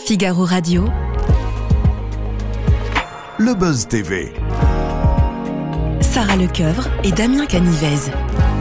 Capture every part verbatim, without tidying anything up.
Figaro Radio, Le Buzz T V. Sarah Lecoeuvre et Damien Canivez.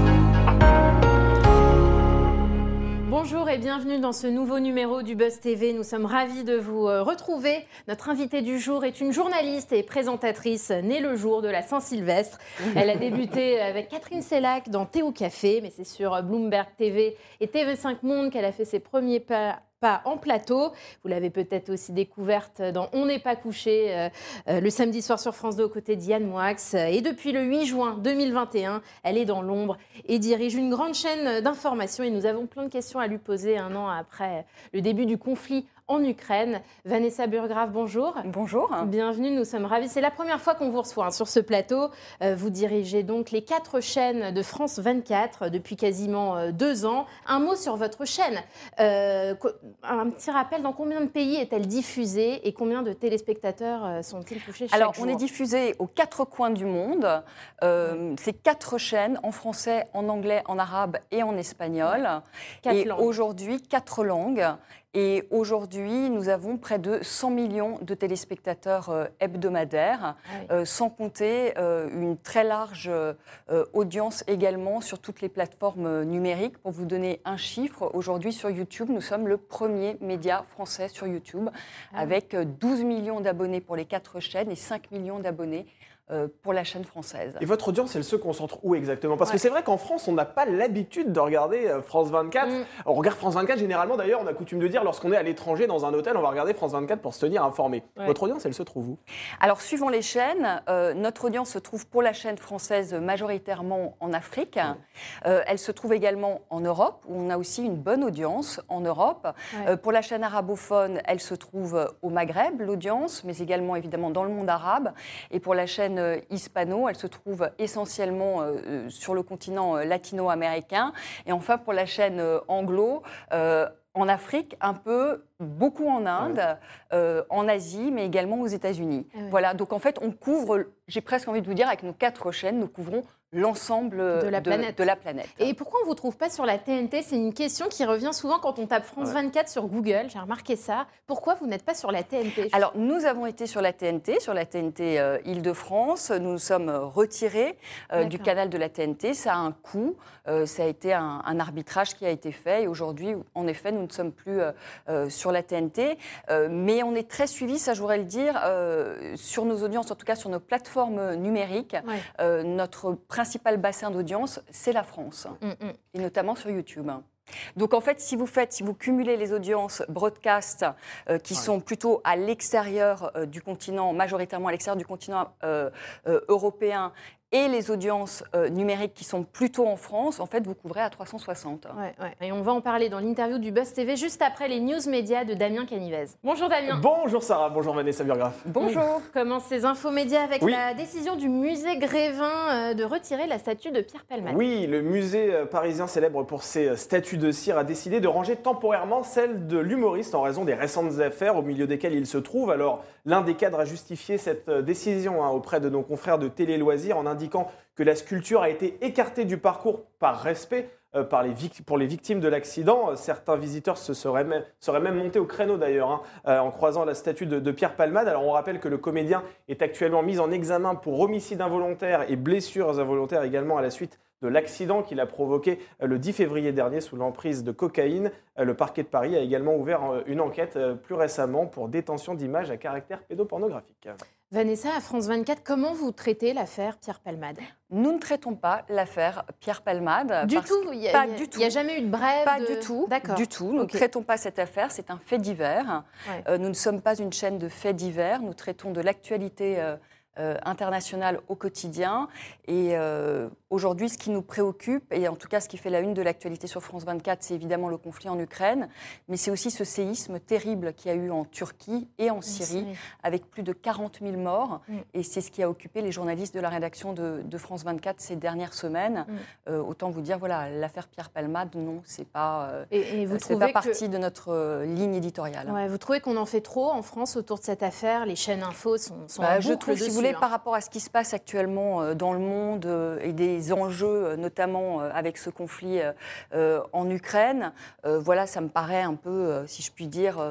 Bonjour et bienvenue dans ce nouveau numéro du Buzz T V. Nous sommes ravis de vous retrouver. Notre invitée du jour est une journaliste et présentatrice née le jour de la Saint-Sylvestre. Elle a débuté avec Catherine Sellac dans Thé au Café, mais c'est sur Bloomberg T V et T V cinq Monde qu'elle a fait ses premiers pas. Pas en plateau. Vous l'avez peut-être aussi découverte dans On n'est pas couché, euh, euh, le samedi soir sur France deux aux côtés d'Yann Moix. Et depuis le huit juin deux mille vingt et un, elle est dans l'ombre et dirige une grande chaîne d'information. Et nous avons plein de questions à lui poser un an après le début du conflit en Ukraine. Vanessa Burgraff, bonjour. Bonjour. Bienvenue, nous sommes ravis. C'est la première fois qu'on vous reçoit hein, sur ce plateau. Euh, vous dirigez donc les quatre chaînes de France vingt-quatre depuis quasiment euh, deux ans. Un mot sur votre chaîne. Euh, un petit rappel, dans combien de pays est-elle diffusée et combien de téléspectateurs euh, sont-ils touchés chaque Alors, jour ? on est diffusé aux quatre coins du monde. Euh, c'est quatre chaînes en français, en anglais, en arabe et en espagnol. Quatre et langues. aujourd'hui, quatre langues. Et aujourd'hui, nous avons près de cent millions de téléspectateurs euh, hebdomadaires, Ah oui. euh, sans compter euh, une très large euh, audience également sur toutes les plateformes euh, numériques. Pour vous donner un chiffre, aujourd'hui sur YouTube, nous sommes le premier média français sur YouTube, Ah avec euh, douze millions d'abonnés pour les quatre chaînes et cinq millions d'abonnés Euh, pour la chaîne française. Et votre audience, elle se concentre où exactement ? Parce Ouais. que c'est vrai qu'en France, on n'a pas l'habitude de regarder euh, France vingt-quatre. Mm. On regarde France vingt-quatre généralement, d'ailleurs, on a coutume de dire, lorsqu'on est à l'étranger dans un hôtel, on va regarder France vingt-quatre pour se tenir informé. Ouais. Votre audience, elle se trouve où ? Alors, suivant les chaînes, euh, notre audience se trouve pour la chaîne française majoritairement en Afrique. Euh, elle se trouve également en Europe, où on a aussi une bonne audience en Europe. Ouais. Euh, pour la chaîne arabophone, elle se trouve au Maghreb, l'audience, mais également évidemment dans le monde arabe. Et pour la chaîne euh, hispano, elle se trouve essentiellement euh, sur le continent euh, latino-américain. Et enfin, pour la chaîne euh, anglo, euh, en Afrique, un peu, beaucoup en Inde, Ouais. euh, en Asie, mais également aux États-Unis. Ah ouais. Voilà, donc en fait, on couvre, j'ai presque envie de vous dire, avec nos quatre chaînes, nous couvrons l'ensemble De la planète. de la planète. Et pourquoi on ne vous trouve pas sur la T N T ? C'est une question qui revient souvent quand on tape France Ouais. vingt-quatre sur Google. J'ai remarqué ça. Pourquoi vous n'êtes pas sur la T N T ? Alors, nous avons été sur la T N T, sur la T N T euh, Île-de-France. Nous nous sommes retirés euh, du D'accord. canal de la T N T. Ça a un coût. Euh, ça a été un, un arbitrage qui a été fait. Et aujourd'hui, en effet, nous ne sommes plus euh, euh, sur la T N T. Euh, mais on est très suivis, ça je voudrais le dire, euh, sur nos audiences, en tout cas sur nos plateformes numériques. Ouais. Euh, notre principal bassin d'audience, c'est la France. Mm, mm. Et notamment sur YouTube. Donc en fait, si vous faites, si vous cumulez les audiences broadcast euh, qui Ouais. sont plutôt à l'extérieur euh, du continent, majoritairement à l'extérieur du continent euh, euh, européen, et les audiences euh, numériques qui sont plutôt en France, en fait, vous couvrez à trois cent soixante. Ouais, ouais. Et on va en parler dans l'interview du Buzz T V juste après les news médias de Damien Canivez. Bonjour Damien. Bonjour Sarah, bonjour Vanessa Burgraff. Bonjour. On commence ces infos médias avec Oui. la décision du musée Grévin euh, de retirer la statue de Pierre Palmade. Oui, le musée euh, parisien célèbre pour ses euh, statues de cire a décidé de ranger temporairement celle de l'humoriste en raison des récentes affaires au milieu desquelles il se trouve. Alors, l'un des cadres a justifié cette euh, décision hein, auprès de nos confrères de Télé Loisirs en indiquant que la sculpture a été écartée du parcours par respect euh, par les vic- pour les victimes de l'accident. Euh, certains visiteurs se seraient même, seraient même montés au créneau d'ailleurs hein, euh, en croisant la statue de, de Pierre Palmade. Alors on rappelle que le comédien est actuellement mis en examen pour homicide involontaire et blessures involontaires également à la suite de l'accident qu'il a provoqué euh, le dix février dernier sous l'emprise de cocaïne. Euh, le parquet de Paris a également ouvert euh, une enquête euh, plus récemment pour détention d'images à caractère pédopornographique. Vanessa, à France vingt-quatre, comment vous traitez l'affaire Pierre Palmade ? Nous ne traitons pas l'affaire Pierre Palmade. Du parce tout, que- il y a, pas il y a- du tout. Il n'y a jamais eu de brève Pas de- du tout, D'accord. du tout. Nous Ok. ne traitons pas cette affaire, c'est un fait divers. Ouais. Euh, nous ne sommes pas une chaîne de faits divers, nous traitons de l'actualité euh, euh, internationale au quotidien. Et euh, aujourd'hui, ce qui nous préoccupe, et en tout cas ce qui fait la une de l'actualité sur France vingt-quatre, c'est évidemment le conflit en Ukraine, mais c'est aussi ce séisme terrible qu'il y a eu en Turquie et en Syrie, Syrie. avec plus de quarante mille morts. Mm. Et c'est ce qui a occupé les journalistes de la rédaction de, de France vingt-quatre ces dernières semaines. Mm. Euh, autant vous dire, voilà, l'affaire Pierre Palmade, non, c'est pas, euh, Et, et vous c'est trouvez pas que... partie de notre euh, ligne éditoriale. Ouais, vous trouvez qu'on en fait trop en France autour de cette affaire ? Les chaînes infos sont, sont Bah, en je boucle trouve, si dessus, vous voulez, hein. par rapport à ce qui se passe actuellement euh, dans le monde euh, et des enjeux, euh, notamment euh, avec ce conflit euh, euh, en Ukraine, euh, voilà, ça me paraît un peu, euh, si je puis dire, euh,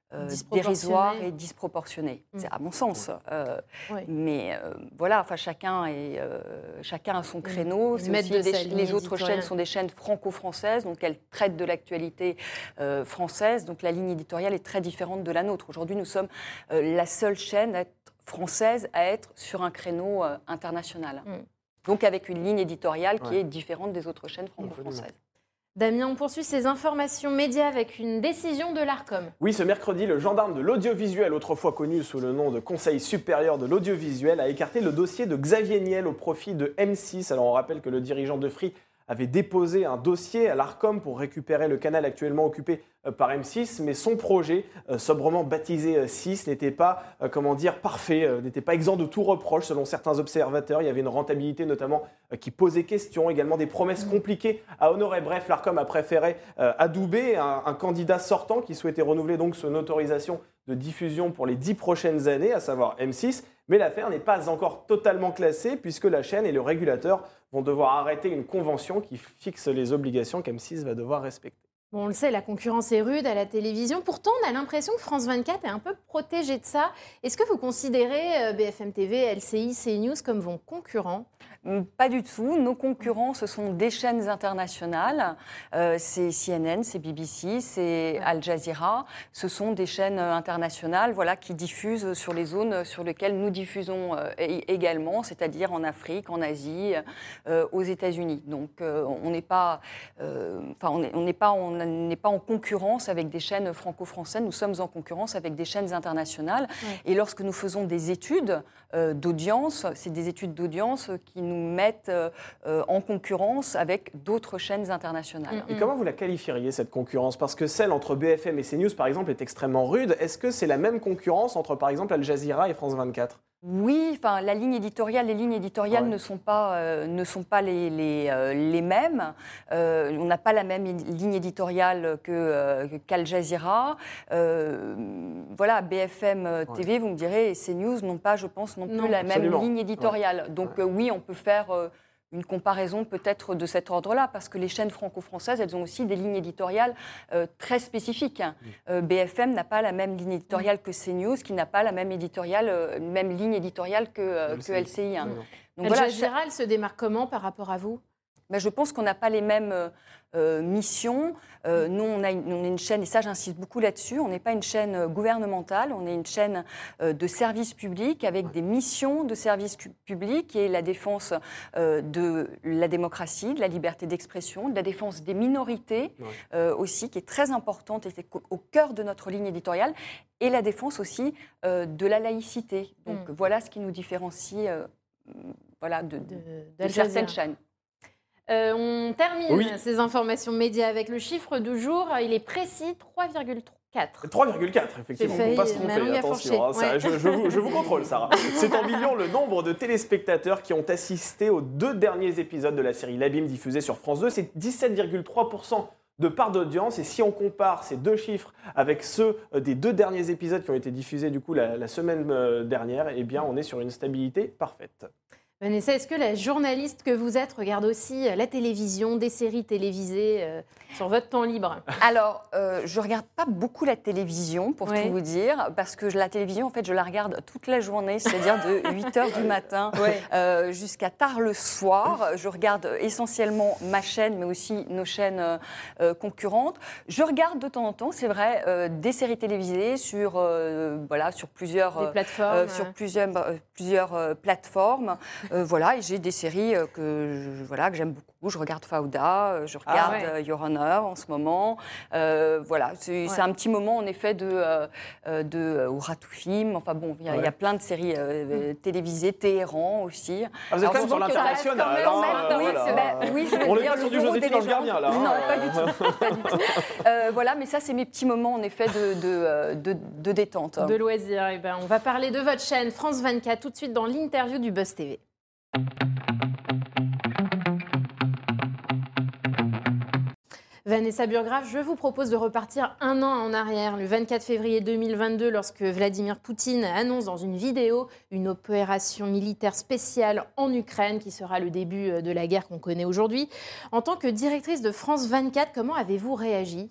euh, Disproportionné. dérisoire et disproportionné. Mmh. C'est à mon sens. Euh, Oui. Mais euh, voilà, enfin, chacun, est, euh, chacun a son créneau. Une C'est maître aussi de des- sa ligne les autres éditoriale. chaînes sont des chaînes franco-françaises, donc elles traitent de l'actualité euh, française. Donc la ligne éditoriale est très différente de la nôtre. Aujourd'hui, nous sommes euh, la seule chaîne à être française à être sur un créneau euh, international. Mm. Donc avec une ligne éditoriale qui Ouais. est différente des autres chaînes franco-françaises. Damien, on poursuit ces informations médias avec une décision de l'Arcom. Oui, ce mercredi, le gendarme de l'audiovisuel, autrefois connu sous le nom de Conseil supérieur de l'audiovisuel, a écarté le dossier de Xavier Niel au profit de M six. Alors on rappelle que le dirigeant de Free avait déposé un dossier à l'Arcom pour récupérer le canal actuellement occupé euh, par M six, mais son projet, euh, sobrement baptisé euh, six, n'était pas, euh, comment dire, parfait, euh, n'était pas exempt de tout reproche selon certains observateurs. Il y avait une rentabilité notamment euh, qui posait question, également des promesses compliquées à honorer. Bref, l'Arcom a préféré euh, adouber un, un candidat sortant qui souhaitait renouveler donc son autorisation de diffusion pour les dix prochaines années, à savoir M six. Mais l'affaire n'est pas encore totalement classée puisque la chaîne et le régulateur vont devoir arrêter une convention qui fixe les obligations qu'M six va devoir respecter. Bon, on le sait, la concurrence est rude à la télévision. Pourtant, on a l'impression que France vingt-quatre est un peu protégée de ça. Est-ce que vous considérez euh, B F M T V, L C I, CNews comme vos concurrents ? Pas du tout. Nos concurrents, ce sont des chaînes internationales. Euh, c'est C N N, c'est B B C, c'est Ouais. Al Jazeera. Ce sont des chaînes internationales, voilà, qui diffusent sur les zones sur lesquelles nous diffusons euh, également, c'est-à-dire en Afrique, en Asie, euh, aux États-Unis. Donc, euh, on n'est pas, euh, enfin, on n'est on n'est pas, on n'est pas en concurrence avec des chaînes franco-françaises. Nous sommes en concurrence avec des chaînes internationales. Ouais. Et lorsque nous faisons des études euh, d'audience, c'est des études d'audience qui nous mettent euh, euh, en concurrence avec d'autres chaînes internationales. Mm. Et comment vous la qualifieriez, cette concurrence? Parce que celle entre B F M et CNews, par exemple, est extrêmement rude. Est-ce que c'est la même concurrence entre, par exemple, Al Jazeera et France vingt-quatre? Oui, enfin, la ligne éditoriale, les lignes éditoriales Ouais. ne sont pas, euh, ne sont pas les, les, euh, les mêmes. Euh, on n'a pas la même ligne éditoriale que, euh, qu'Al Jazeera. Euh, voilà, B F M T V, Ouais. vous me direz, et CNews n'ont pas, je pense, non plus Non. la Absolument. même ligne éditoriale. Donc euh, oui, on peut faire euh, une comparaison peut-être de cet ordre-là, parce que les chaînes franco-françaises, elles ont aussi des lignes éditoriales euh, très spécifiques. Euh, B F M n'a pas la même ligne éditoriale que CNews, qui n'a pas la même, éditoriale, euh, même ligne éditoriale que, euh, que L C I. hein. Ouais. Donc Al voilà, Jazeera, elle se démarque comment par rapport à vous ? ben, je pense qu'on n'a pas les mêmes euh, euh, missions. Euh, nous, on, a une, on est une chaîne, et ça j'insiste beaucoup là-dessus, on n'est pas une chaîne euh, gouvernementale, on est une chaîne euh, de service public avec des missions de service cu- public qui est la défense euh, de la démocratie, de la liberté d'expression, de la défense des minorités Ouais. euh, aussi, qui est très importante et qui est au- au cœur de notre ligne éditoriale, et la défense aussi euh, de la laïcité. Donc Mm. voilà ce qui nous différencie euh, voilà, de, de, de d'Al certaines Jazeera. chaînes. Euh, on termine Oui. ces informations médias avec le chiffre du jour. Il est précis, trois virgule quatre. trois virgule quatre, effectivement, J'ai il ne faut pas failli, se ma tromper, langue a attention. hein, fourché, ça, ouais. je, je vous, je vous contrôle, Sarah. C'est en millions le nombre de téléspectateurs qui ont assisté aux deux derniers épisodes de la série L'Abîme diffusée sur France deux. C'est dix-sept virgule trois pour cent de part d'audience. Et si on compare ces deux chiffres avec ceux euh, des deux derniers épisodes qui ont été diffusés du coup la, la semaine euh, dernière, eh bien, on est sur une stabilité parfaite. Vanessa, est-ce que la journaliste que vous êtes regarde aussi la télévision, des séries télévisées euh, sur votre temps libre ? Alors, euh, je regarde pas beaucoup la télévision, pour Ouais. tout vous dire, parce que je- la télévision, en fait, je la regarde toute la journée, c'est-à-dire de huit heures du matin Ouais. euh, jusqu'à tard le soir. Je regarde essentiellement ma chaîne, mais aussi nos chaînes euh, euh, concurrentes. Je regarde de temps en temps, c'est vrai, euh, des séries télévisées sur, euh, voilà, sur plusieurs... Des euh, plateformes euh, sur plusieurs, euh, plusieurs euh, plateformes. Euh, voilà, et j'ai des séries euh, que, je- voilà, que j'aime beaucoup. Je regarde Fauda, euh, je regarde ouais. euh, Your Honor en ce moment. Euh, voilà, c'est c'est un petit moment en effet de, euh, euh, de euh, ou Ratoufim. Enfin bon, il y, a- il y a Ouais. plein de séries euh, télévisées, Téhéran aussi. Ah, vous êtes Alors, quand même sur donc, l'international. quand même, alors, quand même, euh, quand même, voilà. c'est ben, oui, je veux On n'est dire, pas le sur du bureau Joséphine des Ange légendes. Gardien, là. Non, hein. pas du tout. Pas du tout. Euh, voilà, mais ça, c'est mes petits moments en effet de, de, euh, de, de détente. de loisirs. Eh ben, on va parler de votre chaîne France vingt-quatre tout de suite dans l'interview du Buzz T V. Vanessa Burgraff, je vous propose de repartir un an en arrière, le vingt-quatre février deux mille vingt-deux, lorsque Vladimir Poutine annonce dans une vidéo une opération militaire spéciale en Ukraine qui sera le début de la guerre qu'on connaît aujourd'hui. En tant que directrice de France vingt-quatre, comment avez-vous réagi ce jour-là ?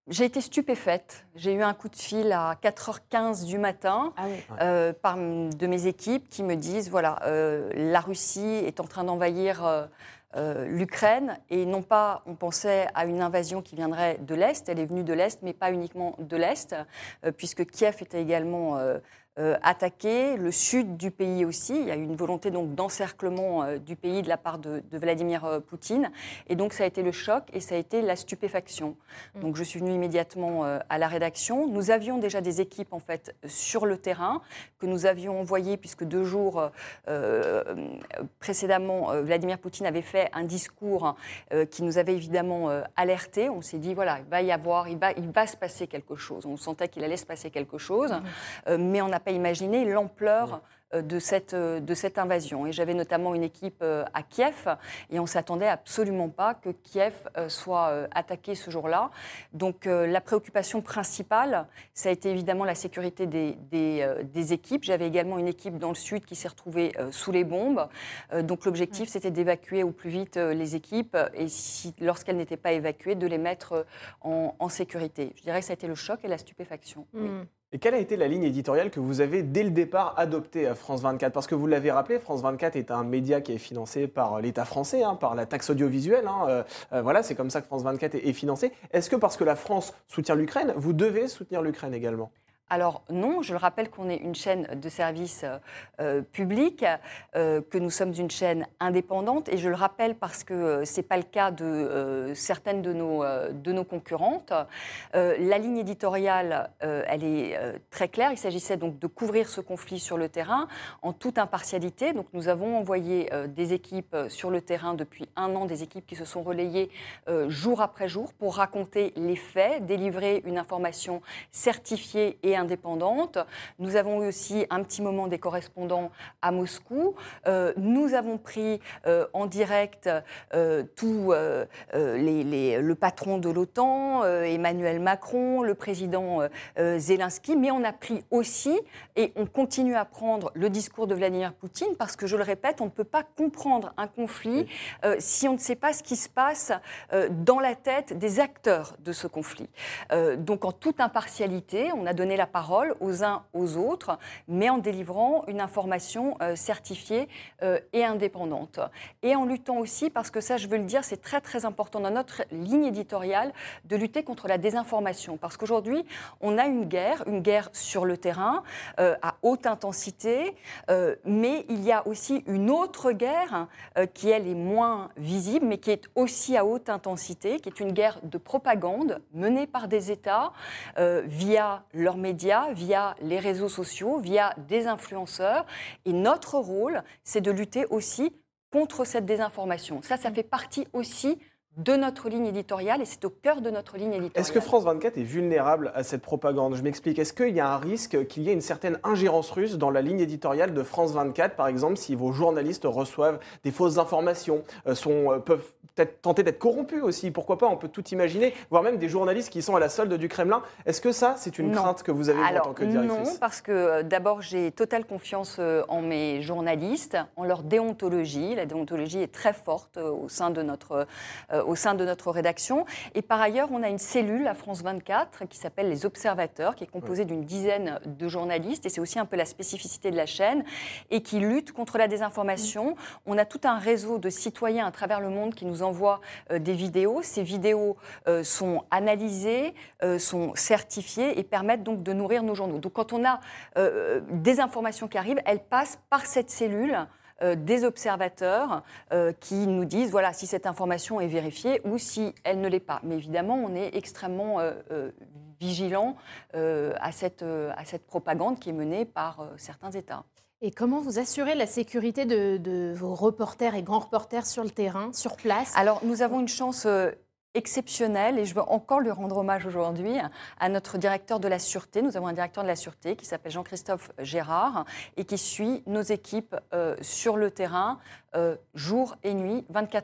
J'ai été stupéfaite. J'ai eu un coup de fil à quatre heures quinze du matin Ah oui. euh, par de mes équipes qui me disent, voilà, euh, la Russie est en train d'envahir euh, euh, l'Ukraine et non pas, on pensait à une invasion qui viendrait de l'Est, elle est venue de l'Est, mais pas uniquement de l'Est, euh, puisque Kiev était également euh, euh, attaqué, le sud du pays aussi. Il y a eu une volonté donc d'encerclement euh, du pays de la part de, de Vladimir euh, Poutine. Et donc ça a été le choc et ça a été la stupéfaction. Mmh. Donc je suis venue immédiatement euh, à la rédaction. Nous avions déjà des équipes en fait sur le terrain que nous avions envoyées puisque deux jours euh, précédemment, euh, Vladimir Poutine avait fait un discours euh, qui nous avait évidemment euh, alertés. On s'est dit voilà, il va y avoir, il va, il va se passer quelque chose. On sentait qu'il allait se passer quelque chose, mmh. euh, mais on n'a pas imaginé l'ampleur euh, de cette, euh, de cette invasion. Et j'avais notamment une équipe euh, à Kiev et on ne s'attendait absolument pas que Kiev euh, soit euh, attaqué ce jour-là. Donc euh, la préoccupation principale, ça a été évidemment la sécurité des, des, euh, des équipes. J'avais également une équipe dans le sud qui s'est retrouvée euh, sous les bombes. Euh, donc l'objectif, c'était d'évacuer au plus vite euh, les équipes et si, lorsqu'elles n'étaient pas évacuées, de les mettre euh, en, en sécurité. Je dirais que ça a été le choc et la stupéfaction. Mmh. Oui. Et quelle a été la ligne éditoriale que vous avez dès le départ adoptée à France vingt-quatre ? Parce que vous l'avez rappelé, France vingt-quatre est un média qui est financé par l'État français, hein, par la taxe audiovisuelle. Hein, euh, euh, voilà, c'est comme ça que France vingt-quatre est, est financé. Est-ce que parce que la France soutient l'Ukraine, vous devez soutenir l'Ukraine également ? Alors non, je le rappelle qu'on est une chaîne de service euh, public, euh, que nous sommes une chaîne indépendante et je le rappelle parce que euh, ce n'est pas le cas de euh, certaines de nos, euh, de nos concurrentes. Euh, la ligne éditoriale, euh, elle est euh, très claire. Il s'agissait donc de couvrir ce conflit sur le terrain en toute impartialité. Donc nous avons envoyé euh, des équipes sur le terrain depuis un an, des équipes qui se sont relayées euh, jour après jour pour raconter les faits, délivrer une information certifiée et indépendante. Nous avons eu aussi un petit moment des correspondants à Moscou. Euh, nous avons pris euh, en direct euh, tout euh, les, les, le patron de l'OTAN, euh, Emmanuel Macron, le président euh, Zelensky, mais on a pris aussi, et on continue à prendre le discours de Vladimir Poutine, parce que, je le répète, on ne peut pas comprendre un conflit oui. euh, si on ne sait pas ce qui se passe euh, dans la tête des acteurs de ce conflit. Euh, donc, en toute impartialité, on a donné la parole aux uns aux autres, mais en délivrant une information euh, certifiée euh, et indépendante. Et en luttant aussi, parce que ça, je veux le dire, c'est très très important dans notre ligne éditoriale, de lutter contre la désinformation. Parce qu'aujourd'hui, on a une guerre, une guerre sur le terrain, euh, à haute intensité, euh, mais il y a aussi une autre guerre euh, qui, elle, est moins visible, mais qui est aussi à haute intensité, qui est une guerre de propagande menée par des États euh, via leurs médias, via les réseaux sociaux, via des influenceurs. Et notre rôle, c'est de lutter aussi contre cette désinformation. Ça, ça fait partie aussi de notre ligne éditoriale et c'est au cœur de notre ligne éditoriale. Est-ce que France vingt-quatre est vulnérable à cette propagande ? Je m'explique. Est-ce qu'il y a un risque qu'il y ait une certaine ingérence russe dans la ligne éditoriale de France vingt-quatre, par exemple, si vos journalistes reçoivent des fausses informations, euh, sont, euh, peuvent peut-être tenter d'être corrompus aussi ? Pourquoi pas ? On peut tout imaginer, voire même des journalistes qui sont à la solde du Kremlin. Est-ce que ça, c'est une non. crainte que vous avez Alors, en tant que directrice ? Non, parce que euh, d'abord, j'ai totale confiance euh, en mes journalistes, en leur déontologie. La déontologie est très forte euh, au sein de notre, euh, au sein de notre rédaction. Et par ailleurs, on a une cellule à France vingt-quatre qui s'appelle les Observateurs, qui est composée d'une dizaine de journalistes, et c'est aussi un peu la spécificité de la chaîne, et qui lutte contre la désinformation. On a tout un réseau de citoyens à travers le monde qui nous envoient euh, des vidéos. Ces vidéos euh, sont analysées, euh, sont certifiées et permettent donc de nourrir nos journaux. Donc quand on a euh, des informations qui arrivent, elles passent par cette cellule Euh, des observateurs euh, qui nous disent voilà, si cette information est vérifiée ou si elle ne l'est pas. Mais évidemment, on est extrêmement euh, euh, vigilant euh, à, cette, euh, à cette propagande qui est menée par euh, certains États. Et comment vous assurez la sécurité de, de vos reporters et grands reporters sur le terrain, sur place ? Alors, nous avons une chance euh, exceptionnelle et je veux encore lui rendre hommage aujourd'hui à notre directeur de la Sûreté. Nous avons un directeur de la Sûreté qui s'appelle Jean-Christophe Gérard et qui suit nos équipes euh, sur le terrain euh, jour et nuit, vingt-quatre heures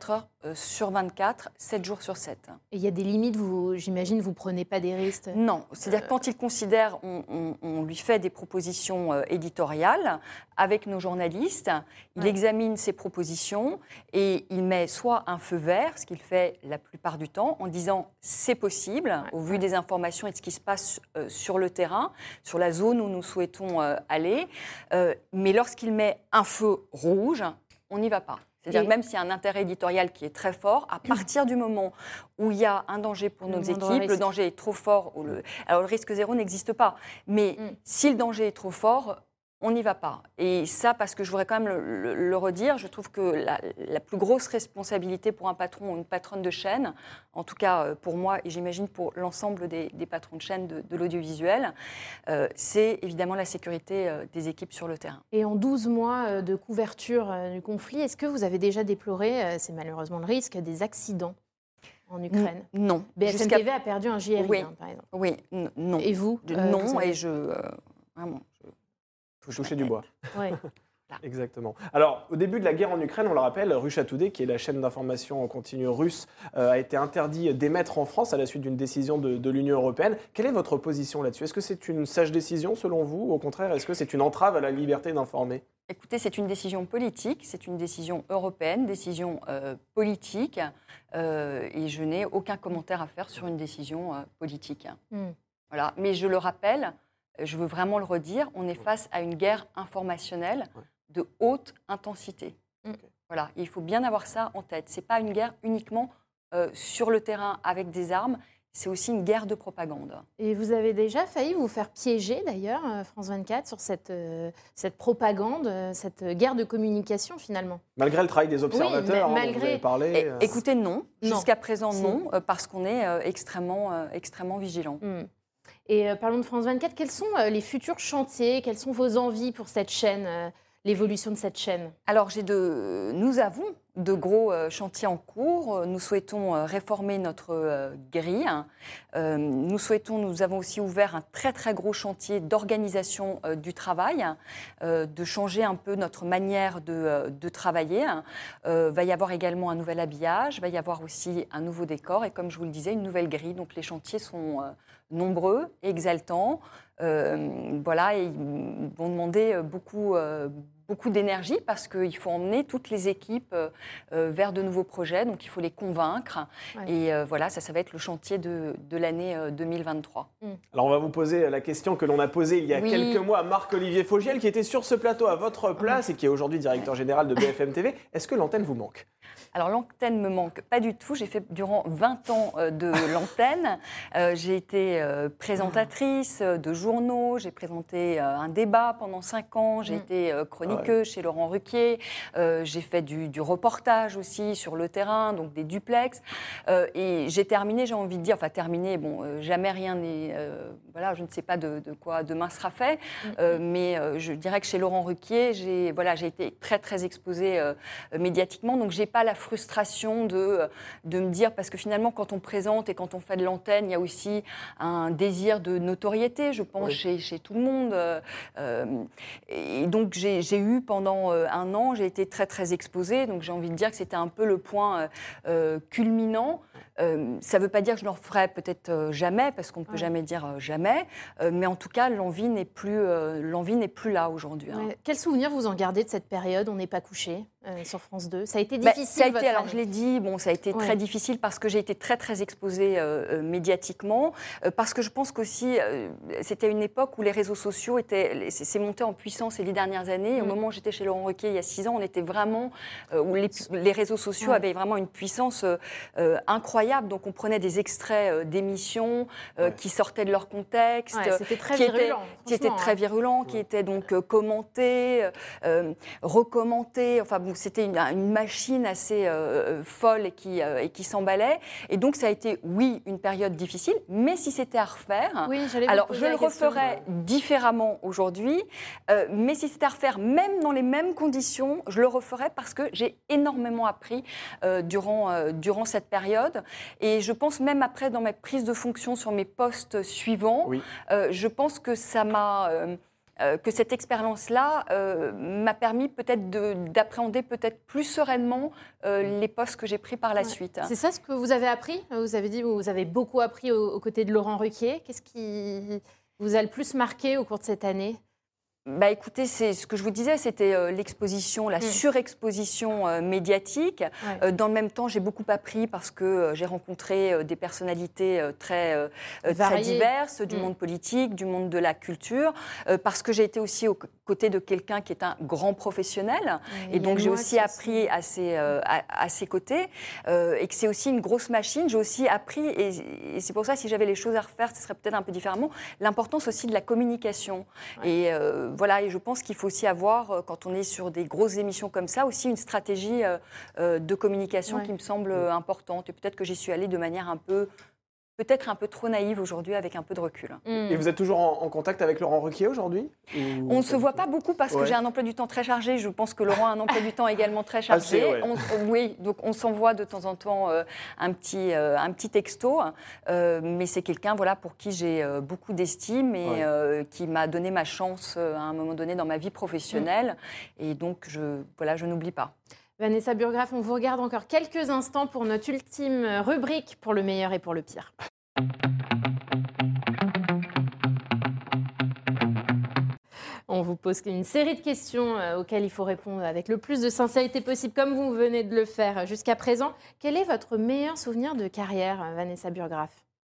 euh, sur vingt-quatre, sept jours sur sept. Et il y a des limites, vous, j'imagine, vous ne prenez pas des risques? Non, c'est-à-dire euh... quand il considère, on, on, on lui fait des propositions euh, éditoriales avec nos journalistes, il ouais. examine ces propositions et il met soit un feu vert, ce qu'il fait la plupart du temps, en disant c'est possible, ouais. au vu des informations et de ce qui se passe euh, sur le terrain, sur la zone où nous souhaitons euh, aller, euh, mais lorsqu'il met un feu rouge, on n'y va pas. C'est-à-dire que même s'il y a un intérêt éditorial qui est très fort, à partir du moment où il y a un danger pour nos équipes, le danger est trop fort. Ou le... Alors le risque zéro n'existe pas, mais mm. si le danger est trop fort, on n'y va pas. Et ça, parce que je voudrais quand même le, le, le redire, je trouve que la, la plus grosse responsabilité pour un patron ou une patronne de chaîne, en tout cas pour moi et j'imagine pour l'ensemble des, des patrons de chaîne de, de l'audiovisuel, euh, c'est évidemment la sécurité euh, des équipes sur le terrain. Et en douze mois de couverture euh, du conflit, est-ce que vous avez déjà déploré, euh, c'est malheureusement le risque, des accidents en Ukraine? Non. B F M T V a perdu un J R I, oui. hein, par exemple. Oui, n- non. Et vous euh, Non, vous avez... et je... Euh, vraiment... Faut toucher du bois. Oui. Exactement. Alors, au début de la guerre en Ukraine, on le rappelle, Russia Today, qui est la chaîne d'information en continu russe, euh, a été interdit d'émettre en France à la suite d'une décision de, de l'Union européenne. Quelle est votre position là-dessus? Est-ce que c'est une sage décision selon vous? Ou au contraire, est-ce que c'est une entrave à la liberté d'informer? Écoutez, c'est une décision politique, c'est une décision européenne, décision euh, politique, euh, et je n'ai aucun commentaire à faire sur une décision euh, politique. Mm. Voilà. Mais je le rappelle, je veux vraiment le redire, on est face à une guerre informationnelle de haute intensité. Okay. Voilà, il faut bien avoir ça en tête. Ce n'est pas une guerre uniquement euh, sur le terrain avec des armes, c'est aussi une guerre de propagande. Et vous avez déjà failli vous faire piéger, d'ailleurs, France vingt-quatre, sur cette, euh, cette propagande, cette guerre de communication, finalement. Malgré le travail des observateurs, oui, hein, dont vous avez parlé. Et, euh... Écoutez, non. non. Jusqu'à présent, non, euh, parce qu'on est euh, extrêmement, euh, extrêmement vigilants. Mm. Et euh, parlons de France vingt-quatre, quels sont euh, les futurs chantiers, quelles sont vos envies pour cette chaîne, euh, l'évolution de cette chaîne? Alors, j'ai de... nous avons de gros euh, chantiers en cours. Nous souhaitons euh, réformer notre euh, grille. Euh, nous souhaitons, nous avons aussi ouvert un très très gros chantier d'organisation euh, du travail, euh, de changer un peu notre manière de, euh, de travailler. Euh, va y avoir également un nouvel habillage, va y avoir aussi un nouveau décor et comme je vous le disais, une nouvelle grille. Donc les chantiers sont euh, nombreux, exaltants. Euh, voilà, et ils vont demander beaucoup, euh, beaucoup d'énergie parce qu'il faut emmener toutes les équipes euh, vers de nouveaux projets, donc il faut les convaincre. Ouais. Et euh, voilà, ça, ça va être le chantier de, de l'année euh, deux mille vingt-trois. Mmh. Alors on va vous poser la question que l'on a posée il y a oui. quelques mois à Marc-Olivier Fogiel, qui était sur ce plateau à votre place et qui est aujourd'hui directeur général de B F M T V. Est-ce que l'antenne vous manque ? Alors l'antenne me manque pas du tout. J'ai fait durant vingt ans euh, de l'antenne. Euh, j'ai été euh, présentatrice de journaux. J'ai présenté euh, un débat pendant cinq ans. J'ai mmh. été euh, chroniqueuse ouais. chez Laurent Ruquier. Euh, j'ai fait du, du reportage aussi sur le terrain, donc des duplex. Euh, et j'ai terminé, j'ai envie de dire, enfin terminé. Bon, euh, jamais rien n'est. Euh, voilà, je ne sais pas de, de quoi demain sera fait. Mmh. Euh, mais euh, je dirais que chez Laurent Ruquier, j'ai voilà, j'ai été très très exposée euh, médiatiquement. Donc j'ai pas la frustration de, de me dire, parce que finalement, quand on présente et quand on fait de l'antenne, il y a aussi un désir de notoriété, je pense, oui. chez, chez tout le monde. Euh, et donc, j'ai, j'ai eu pendant un an, j'ai été très, très exposée. Donc, j'ai envie de dire que c'était un peu le point euh, culminant. Euh, ça ne veut pas dire que je n'en ferai peut-être euh, jamais, parce qu'on ne peut ouais. jamais dire euh, jamais. Euh, mais en tout cas, l'envie n'est plus, euh, l'envie n'est plus là aujourd'hui. Hein. Ouais. Quel souvenir vous en gardez de cette période? On n'est pas couché euh, sur France deux. Ça a été difficile. Bah, ça a été, alors je l'ai dit, bon, ça a été ouais. très difficile parce que j'ai été très très exposée euh, médiatiquement, euh, parce que je pense qu'aussi euh, c'était une époque où les réseaux sociaux étaient, c'est, c'est monté en puissance ces dix dernières années. Mmh. Au moment où j'étais chez Laurent Ruquier il y a six ans, on était vraiment euh, où les, les réseaux sociaux ouais. avaient vraiment une puissance euh, euh, incroyable. Donc on prenait des extraits euh, d'émissions euh, ouais. qui sortaient de leur contexte, ouais, c'était très qui virulent, étaient, qui étaient très hein. virulents, ouais. qui étaient donc euh, commentés, euh, recommentés. Enfin bon, c'était une, une machine assez euh, folle et qui, euh, et qui s'emballait. Et donc ça a été, oui, une période difficile, mais si c'était à refaire, oui, alors je le referais différemment aujourd'hui, euh, mais si c'était à refaire, même dans les mêmes conditions, je le referais parce que j'ai énormément appris euh, durant, euh, durant cette période. Et je pense même après, dans ma prise de fonction sur mes postes suivants, oui. euh, je pense que ça m'a... Euh, euh, que cette expérience-là euh, m'a permis peut-être de, d'appréhender peut-être plus sereinement euh, les postes que j'ai pris par la Ouais. suite. C'est ça ce que vous avez appris? Vous avez dit que vous avez beaucoup appris aux, aux côtés de Laurent Ruquier. Qu'est-ce qui vous a le plus marqué au cours de cette année? Bah écoutez, c'est ce que je vous disais, c'était euh, l'exposition, la Mm. surexposition euh, médiatique. Ouais. Euh, dans le même temps, j'ai beaucoup appris parce que euh, j'ai rencontré euh, des personnalités euh, très, euh, euh, très Variées. diverses, du Mm. monde politique, du monde de la culture, euh, parce que j'ai été aussi aux côtés de quelqu'un qui est un grand professionnel. Ouais, Et donc, j'ai Yann aussi Moix appris à ses, euh, à, à ses côtés euh, et que c'est aussi une grosse machine. J'ai aussi appris, et, et c'est pour ça, si j'avais les choses à refaire, ce serait peut-être un peu différemment, l'importance aussi de la communication. Ouais. Et euh, voilà, et je pense qu'il faut aussi avoir, euh, quand on est sur des grosses émissions comme ça, aussi une stratégie euh, euh, de communication Ouais. qui me semble euh, importante. Et peut-être que j'y suis allée de manière un peu, peut-être un peu trop naïve aujourd'hui, avec un peu de recul. Mm. Et vous êtes toujours en, en contact avec Laurent Ruquier aujourd'hui? Ou- On ne se voit pas beaucoup parce que Ouais. j'ai un emploi du temps très chargé. Je pense que Laurent a un emploi du temps également très chargé. Assez, ouais. On- on- oui, donc on s'envoie de temps en temps euh, un, petit, euh, un petit texto. Euh, mais c'est quelqu'un voilà, pour qui j'ai euh, beaucoup d'estime et Ouais. euh, qui m'a donné ma chance euh, à un moment donné dans ma vie professionnelle. Et donc, je, voilà, je n'oublie pas. Vanessa Burgraff, on vous regarde encore quelques instants pour notre ultime rubrique pour le meilleur et pour le pire. On vous pose une série de questions euh, auxquelles il faut répondre avec le plus de sincérité possible, comme vous venez de le faire jusqu'à présent. Quel est votre meilleur souvenir de carrière, Vanessa Burgraff?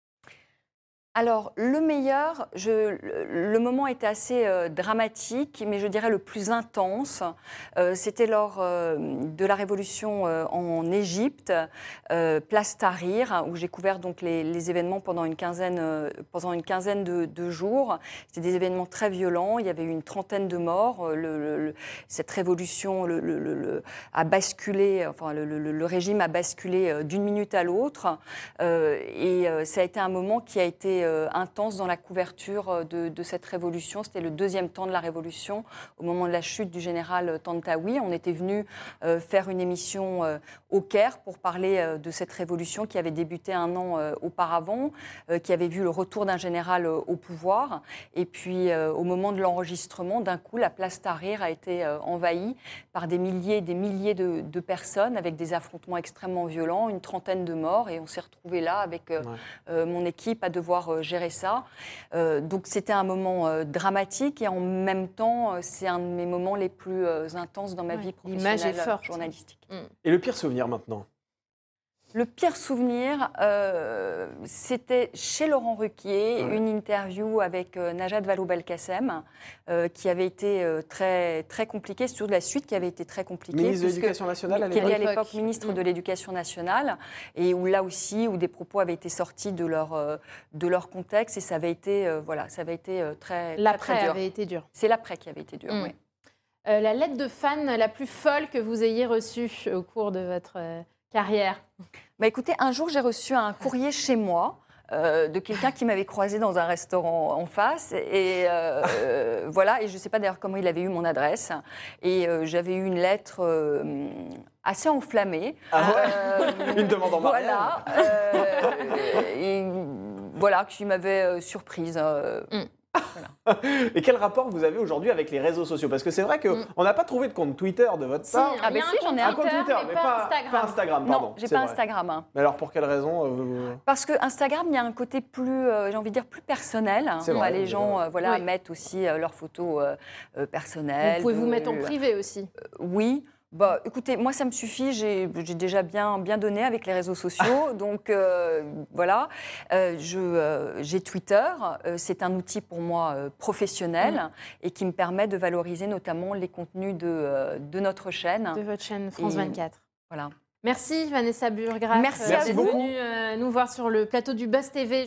Alors, le meilleur, je, le, le moment était assez euh, dramatique, mais je dirais le plus intense. Euh, c'était lors euh, de la révolution euh, en Égypte, euh, place Tahrir, où j'ai couvert donc les, les événements pendant une quinzaine, euh, pendant une quinzaine de, de jours. C'était des événements très violents. Il y avait eu une trentaine de morts. Le, le, le, cette révolution le, le, le, a basculé, enfin le, le, le régime a basculé d'une minute à l'autre. Euh, et euh, ça a été un moment qui a été Euh, intense dans la couverture de, de cette révolution. C'était le deuxième temps de la révolution, au moment de la chute du général Tantawi. On était venu euh, faire une émission euh, au Caire pour parler euh, de cette révolution qui avait débuté un an euh, auparavant, euh, qui avait vu le retour d'un général euh, au pouvoir. Et puis, euh, au moment de l'enregistrement, d'un coup, la place Tahrir a été euh, envahie par des milliers et des milliers de, de personnes, avec des affrontements extrêmement violents, une trentaine de morts. Et on s'est retrouvés là, avec euh, Ouais. euh, mon équipe, à devoir euh, gérer ça. Euh, donc c'était un moment euh, dramatique et en même temps, euh, c'est un de mes moments les plus euh, intenses dans ma Ouais, vie l'image professionnelle est forte. journalistique. Et le pire souvenir maintenant? Le pire souvenir, euh, c'était chez Laurent Ruquier, Ouais. une interview avec euh, Najat Vallaud-Belkacem, euh, qui avait été euh, très, très compliquée, surtout la suite qui avait été très compliquée. Ministre de puisque- l'Éducation nationale à qui était à l'époque? l'époque ministre Mm. de l'Éducation nationale, et où là aussi, où des propos avaient été sortis de leur, euh, de leur contexte, et ça avait été, euh, voilà, ça avait été euh, très, très, L'après très dur. avait été dur. C'est l'après qui avait été dur, Mm. oui. Euh, la lettre de fan la plus folle que vous ayez reçue au cours de votre euh, carrière? Bah, écoutez, un jour, j'ai reçu un courrier chez moi euh, de quelqu'un qui m'avait croisé dans un restaurant en face. Et euh, euh, voilà, et je ne sais pas d'ailleurs comment il avait eu mon adresse. Et euh, j'avais eu une lettre euh, assez enflammée. Ah ouais Euh, Une demande en mariage. Voilà. euh, et, voilà, qui m'avait euh, surprise. euh, Et quel rapport vous avez aujourd'hui avec les réseaux sociaux? Parce que c'est vrai qu'on Mm. n'a pas trouvé de compte Twitter de votre Si, part. Ah, il y ben a si, un j'en compte ai un. Un compte Twitter, mais mais pas pas Instagram. pas Instagram, pardon. Non, j'ai c'est pas vrai. Instagram. hein. Mais alors pour quelle raison euh, vous- Parce que Instagram, il y a un côté plus, euh, j'ai envie de dire, plus personnel. C'est Enfin, vrai, les c'est gens vrai. euh, voilà, Oui. mettent aussi euh, leurs photos euh, euh, personnelles. Vous pouvez vous de- mettre en privé aussi. Oui. Bah, écoutez, moi, ça me suffit. J'ai j'ai déjà bien, bien donné avec les réseaux sociaux. donc, euh, voilà. Euh, je, euh, j'ai Twitter. Euh, c'est un outil pour moi euh, professionnel Mm. et qui me permet de valoriser notamment les contenus de, euh, de notre chaîne. De votre chaîne France Et- vingt-quatre. Voilà. Merci Vanessa Burgraff Merci euh, à d'être vous. venue euh, nous voir sur le plateau du Buzz T V.